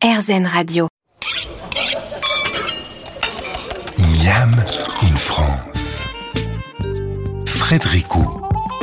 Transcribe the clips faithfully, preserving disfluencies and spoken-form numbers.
AirZen Radio. Miam in France. Frédéric Hou.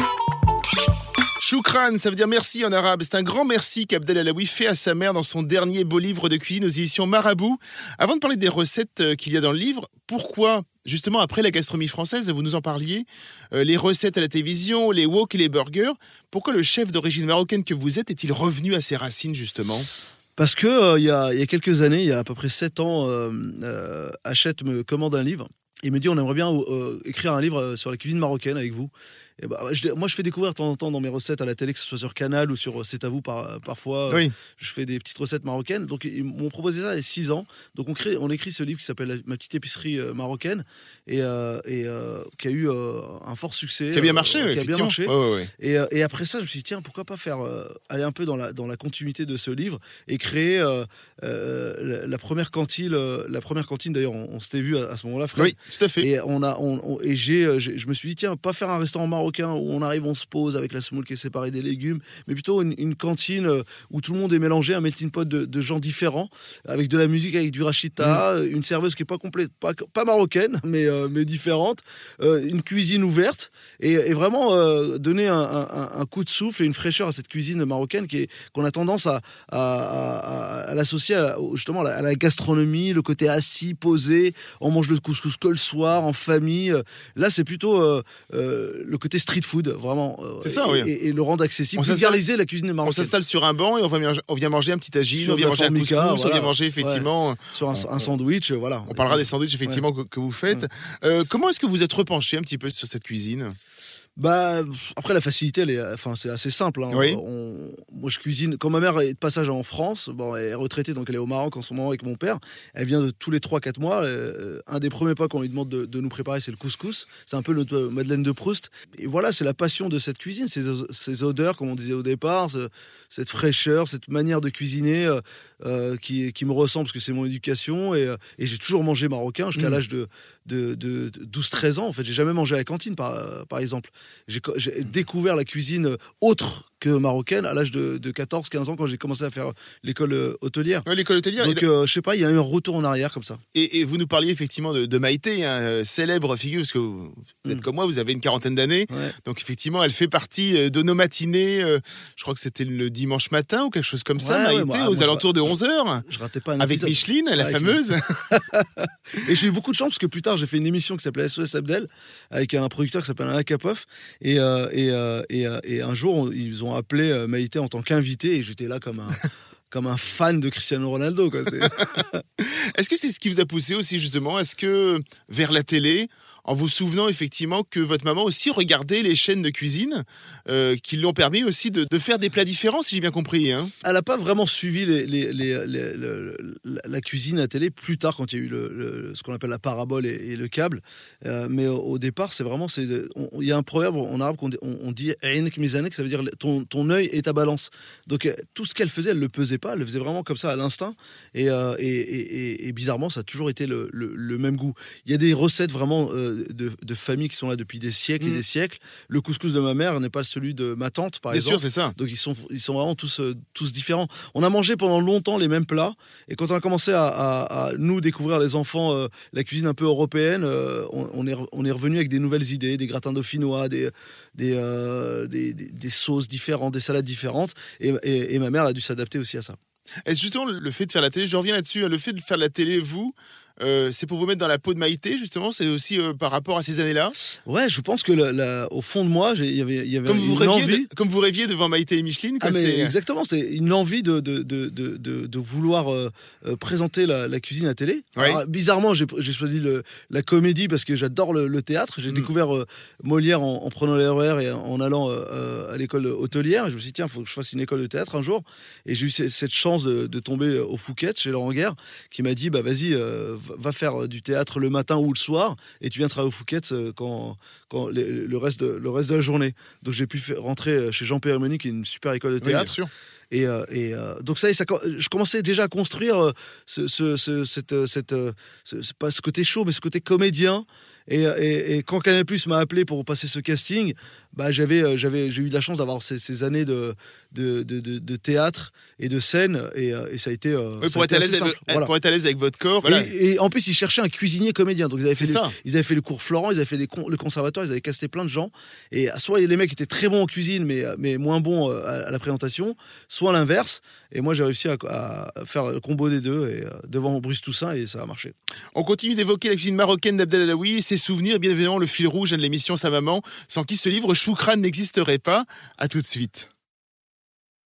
Choukran, ça veut dire merci en arabe. C'est un grand merci qu'Abdel Alaoui fait à sa mère dans son dernier beau livre de cuisine aux éditions Marabout. Avant de parler des recettes qu'il y a dans le livre, pourquoi, justement, après la gastronomie française, vous nous en parliez, euh, les recettes à la télévision, les wok et les burgers, pourquoi le chef d'origine marocaine que vous êtes est-il revenu à ses racines, justement ? Parce que euh, il y, a, il y a quelques années, il y a à peu près sept ans, euh, euh, Hachette me commande un livre. Il me dit on aimerait bien euh, écrire un livre sur la cuisine marocaine avec vous. Et bah, je, moi, je fais découvrir de temps en temps dans mes recettes à la télé, que ce soit sur Canal ou sur C'est à vous par, parfois. Oui. Je fais des petites recettes marocaines. Donc, ils m'ont proposé ça il y a six ans. Donc, on, crée, on écrit ce livre qui s'appelle Ma petite épicerie euh, marocaine et, euh, et euh, qui a eu euh, un fort succès. Qui a bien marché, euh, oui, qui a bien marché. Ouais, ouais, ouais. Et, euh, et après ça, je me suis dit, tiens, pourquoi pas faire euh, aller un peu dans la, dans la continuité de ce livre et créer euh, euh, la, la première cantine. Euh, la première cantine, d'ailleurs, on, on s'était vu à, à ce moment-là, Fred. Oui, tout à fait. Et, on a, on, on, et j'ai, j'ai, je me suis dit, tiens, pas faire un restaurant marocain où on arrive, on se pose avec la semoule qui est séparée des légumes, mais plutôt une, une cantine où tout le monde est mélangé, un melting pot de, de gens différents, avec de la musique, avec du rachita, mmh. une serveuse qui est pas complète, pas, pas marocaine, mais, euh, mais différente, euh, une cuisine ouverte, et, et vraiment euh, donner un, un, un coup de souffle et une fraîcheur à cette cuisine marocaine qui est, qu'on a tendance à, à, à, à l'associer à, justement à la, à la gastronomie, le côté assis, posé, on mange le couscous que le soir, en famille. Là, c'est plutôt euh, euh, le côté street food, vraiment. C'est ça, et, oui. Et, et le rendre accessible, on vulgariser la cuisine marocaine. On s'installe sur un banc et on, va, on vient manger un petit tagine, sur on vient manger un couscous, voilà. on vient manger effectivement... Ouais. Sur un, on, un sandwich, voilà. On parlera des sandwichs effectivement ouais. que, que vous faites. Ouais. Euh, comment est-ce que vous êtes repenché un petit peu sur cette cuisine ? Bah, après la facilité, elle est, enfin, c'est assez simple. Hein. Oui. On, moi, je cuisine. Quand ma mère est de passage en France, bon, elle est retraitée, donc elle est au Maroc en ce moment avec mon père. Elle vient de tous les trois quatre mois. Euh, un des premiers pas qu'on lui demande de, de nous préparer, c'est le couscous. C'est un peu notre Madeleine de Proust. Et voilà, c'est la passion de cette cuisine, ces, ces odeurs, comme on disait au départ, ce, cette fraîcheur, cette manière de cuisiner euh, euh, qui, qui me ressemble parce que c'est mon éducation. Et, et j'ai toujours mangé marocain jusqu'à mmh. l'âge de, de, de, de douze treize ans. En fait, j'ai jamais mangé à la cantine, par, par exemple. J'ai, j'ai découvert la cuisine autre que marocaine à l'âge de, de quatorze quinze ans quand j'ai commencé à faire l'école hôtelière. Ouais, l'école hôtelière. Donc, euh, je sais pas, il y a eu un retour en arrière comme ça. Et, et vous nous parliez effectivement de, de Maïté, hein, célèbre figure, parce que vous, vous êtes mmh. comme moi, vous avez une quarantaine d'années. Ouais. Donc, effectivement, elle fait partie de nos matinées. Euh, je crois que c'était le dimanche matin ou quelque chose comme ça, ouais, Maïté, ouais, moi, aux moi, alentours je, de onze heures. Je ratais pas un avec épisode. Micheline, la avec fameuse. Et j'ai eu beaucoup de chance parce que plus tard, j'ai fait une émission qui s'appelait S O S Abdel avec un producteur qui s'appelle Alain Kapoff. Et, euh, et, euh, et, euh, et un jour, on, ils ont appelé euh, Maïté en tant qu'invité et j'étais là comme un, comme un fan de Cristiano Ronaldo. Quoi. Est-ce que c'est ce qui vous a poussé aussi justement ? Est-ce que vers la télé, en vous souvenant effectivement que votre maman aussi regardait les chaînes de cuisine euh, qui l'ont permis aussi de, de faire des plats différents, si j'ai bien compris. Hein. Elle n'a pas vraiment suivi les, les, les, les, les, la cuisine à télé plus tard quand il y a eu le, le, ce qu'on appelle la parabole et, et le câble. Euh, mais au, au départ, c'est vraiment... Il y a un proverbe en arabe qu'on on, on dit « Einek mizanek », ça veut dire ton, ton œil est ta balance. Donc tout ce qu'elle faisait, elle ne le pesait pas, elle le faisait vraiment comme ça à l'instinct. Et, euh, et, et, et bizarrement, ça a toujours été le, le, le même goût. Il y a des recettes vraiment... Euh, De, de familles qui sont là depuis des siècles mmh. et des siècles. Le couscous de ma mère n'est pas celui de ma tante, par Bien exemple. Bien sûr, c'est ça. Donc ils sont, ils sont vraiment tous, euh, tous différents. On a mangé pendant longtemps les mêmes plats. Et quand on a commencé à, à, à nous découvrir, les enfants, euh, la cuisine un peu européenne, euh, on, on, est, on est revenu avec des nouvelles idées, des gratins dauphinois, des, des, euh, des, des, des sauces différentes, des salades différentes. Et, et, et ma mère a dû s'adapter aussi à ça. Est-ce justement le fait de faire la télé, je reviens là-dessus, le fait de faire la télé, vous, euh, c'est pour vous mettre dans la peau de Maïté, justement, c'est aussi euh, par rapport à ces années-là ? Ouais, je pense que la, la, au fond de moi, il y avait, y avait comme une vous rêviez envie. De, comme vous rêviez devant Maïté et Micheline. Quoi, ah, mais c'est... Exactement, c'est une envie de, de, de, de, de, de vouloir euh, présenter la, la cuisine à télé. Oui. Alors, bizarrement, j'ai, j'ai choisi le, la comédie parce que j'adore le, le théâtre. J'ai mmh. découvert euh, Molière en, en prenant les R E R et en allant euh, à l'école hôtelière. Je me suis dit, tiens, il faut que je fasse une école de théâtre un jour. Et j'ai eu cette chance de, de tomber au Fouquet, chez Laurent Guerre, qui m'a dit, bah, vas-y, euh, va faire du théâtre le matin ou le soir et tu viens travailler au Fouquet quand, quand les, le, reste de, le reste de la journée. Donc j'ai pu faire, rentrer chez Jean Périmoni, qui est une super école de théâtre. Oui, bien sûr. Et, euh, et euh, donc ça, ça, je commençais déjà à construire ce, ce, ce, cette, cette, ce, ce, pas ce côté chaud, mais ce côté comédien. Et, et, et quand Canal+ m'a appelé pour passer ce casting, bah, j'avais, euh, j'avais, j'ai eu de la chance d'avoir ces, ces années de, de, de, de, de théâtre et de scène, et, euh, et ça a été. Euh, oui, ça pour, a être été à l'aise assez avec, simple. Voilà. pour être à l'aise avec votre corps. Voilà. Et, et en plus, ils cherchaient un cuisinier comédien. Donc, ils avaient, fait C'est les- ça. ils avaient fait le cours Florent, ils avaient fait les con- le conservatoire, ils avaient casté plein de gens. Et soit les mecs étaient très bons en cuisine, mais, mais moins bons euh, à, à la présentation, soit l'inverse. Et moi, j'ai réussi à, à faire le combo des deux et, euh, devant Bruce Toussaint, et ça a marché. On continue d'évoquer la cuisine marocaine d'Abdel Alaoui, ses souvenirs, bien évidemment le fil rouge de l'émission Sa Maman, sans qui ce livre Choukran n'existerait pas. À tout de suite.